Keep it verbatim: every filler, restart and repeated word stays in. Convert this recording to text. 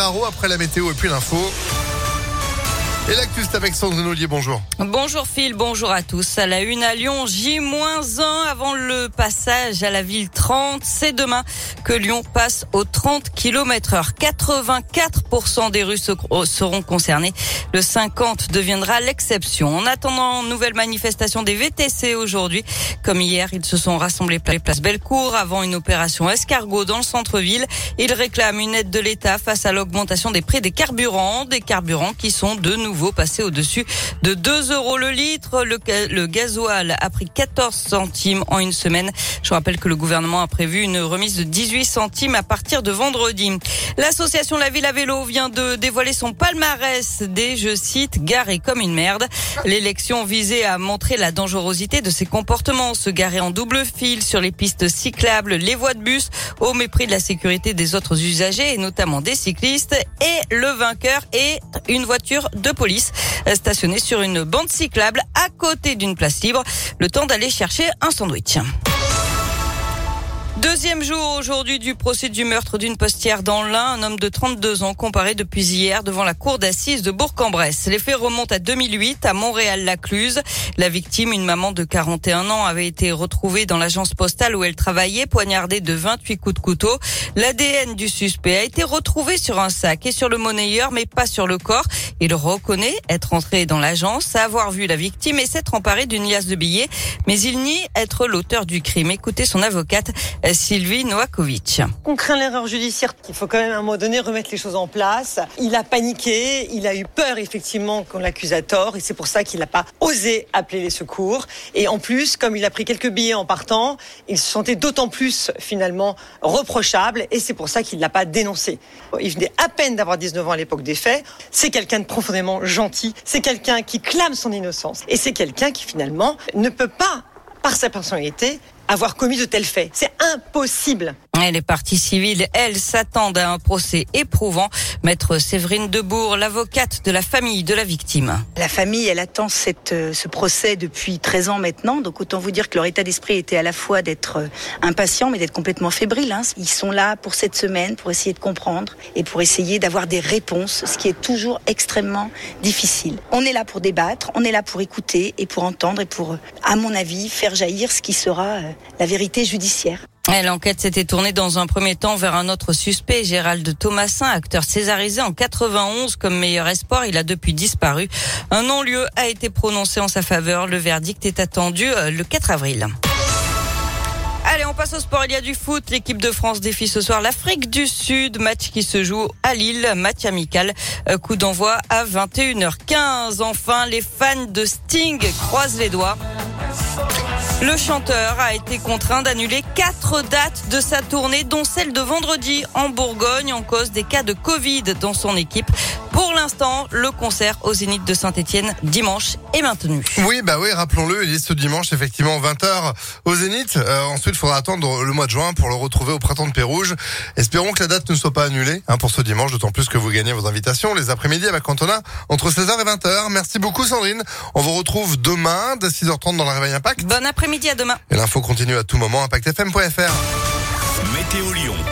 Caro après la météo et puis l'info. Et l'actu, c'est avec Sandrine Ollier, bonjour. Bonjour Phil, bonjour à tous. À la une à Lyon, J moins un avant le passage à la ville trente. C'est demain que Lyon passe aux trente kilomètres heure. quatre-vingt-quatre pour cent des rues seront concernées. Le cinquante deviendra l'exception. En attendant, nouvelle manifestation des V T C aujourd'hui. Comme hier, ils se sont rassemblés à la place Bellecour avant une opération escargot dans le centre-ville. Ils réclament une aide de l'État face à l'augmentation des prix des carburants. Des carburants qui sont de nouveau passé au-dessus de deux euros le litre. Le, le gasoil a pris quatorze centimes en une semaine. Je rappelle que le gouvernement a prévu une remise de dix-huit centimes à partir de vendredi. L'association La Ville à Vélo vient de dévoiler son palmarès des, je cite, garés comme une merde. L'élection visait à montrer la dangerosité de ces comportements. Se garer en double fil sur les pistes cyclables, les voies de bus, au mépris de la sécurité des autres usagers et notamment des cyclistes. Et le vainqueur est une voiture de police stationnée sur une bande cyclable à côté d'une place libre. Le temps d'aller chercher un sandwich. Deuxième jour aujourd'hui du procès du meurtre d'une postière dans l'Ain. Un homme de trente-deux ans comparé depuis hier devant la cour d'assises de Bourg-en-Bresse. Les faits remontent à deux mille huit à Montréal-Lacluse. La victime, une maman de quarante et un ans, avait été retrouvée dans l'agence postale où elle travaillait, poignardée de vingt-huit coups de couteau. L'A D N du suspect a été retrouvé sur un sac et sur le monnayeur, mais pas sur le corps. Il reconnaît être entré dans l'agence, avoir vu la victime et s'être emparé d'une liasse de billets. Mais il nie être l'auteur du crime. Écoutez son avocate, Sylvie Noakovic. On craint l'erreur judiciaire. Il faut quand même à un moment donné remettre les choses en place. Il a paniqué, il a eu peur effectivement qu'on l'accuse à tort et c'est pour ça qu'il n'a pas osé appeler les secours. Et en plus, comme il a pris quelques billets en partant, il se sentait d'autant plus finalement reprochable et c'est pour ça qu'il ne l'a pas dénoncé. Il venait à peine d'avoir dix-neuf ans à l'époque des faits. C'est quelqu'un de profondément gentil, c'est quelqu'un qui clame son innocence et c'est quelqu'un qui finalement ne peut pas, par sa personnalité, avoir commis de tels faits. C'est impossible. Et les parties civiles, elles, s'attendent à un procès éprouvant. Maître Séverine Debourg, l'avocate de la famille de la victime. La famille, elle attend cette, ce procès depuis treize ans maintenant. Donc autant vous dire que leur état d'esprit était à la fois d'être impatient, mais d'être complètement fébrile. Hein. Ils sont là pour cette semaine, pour essayer de comprendre et pour essayer d'avoir des réponses, ce qui est toujours extrêmement difficile. On est là pour débattre, on est là pour écouter et pour entendre et pour, à mon avis, faire jaillir ce qui sera la vérité judiciaire. L'enquête s'était tournée dans un premier temps vers un autre suspect, Gérald Thomasin, acteur césarisé en quatre-vingt-onze comme meilleur espoir. Il a depuis disparu. Un non-lieu a été prononcé en sa faveur. Le verdict est attendu le quatre avril. Allez, on passe au sport. Il y a du foot. L'équipe de France défie ce soir l'Afrique du Sud. Match qui se joue à Lille. Match amical. Coup d'envoi à vingt et une heures quinze. Enfin, les fans de Sting croisent les doigts. Le chanteur a été contraint d'annuler quatre dates de sa tournée, dont celle de vendredi en Bourgogne, en cause des cas de Covid dans son équipe. Pour l'instant, le concert au Zénith de Saint-Etienne dimanche est maintenu. Oui, bah oui, rappelons-le, il est ce dimanche, effectivement, vingt heures au Zénith. Euh, ensuite, il faudra attendre le mois de juin pour le retrouver au Printemps de Pérouge. Espérons que la date ne soit pas annulée hein, pour ce dimanche, d'autant plus que vous gagnez vos invitations les après-midi avec Antonin entre seize heures et vingt heures. Merci beaucoup, Sandrine. On vous retrouve demain dès six heures trente dans la Réveil Impact. Bon après-midi, à demain. Et l'info continue à tout moment, impact f m point f r. Météo Lyon.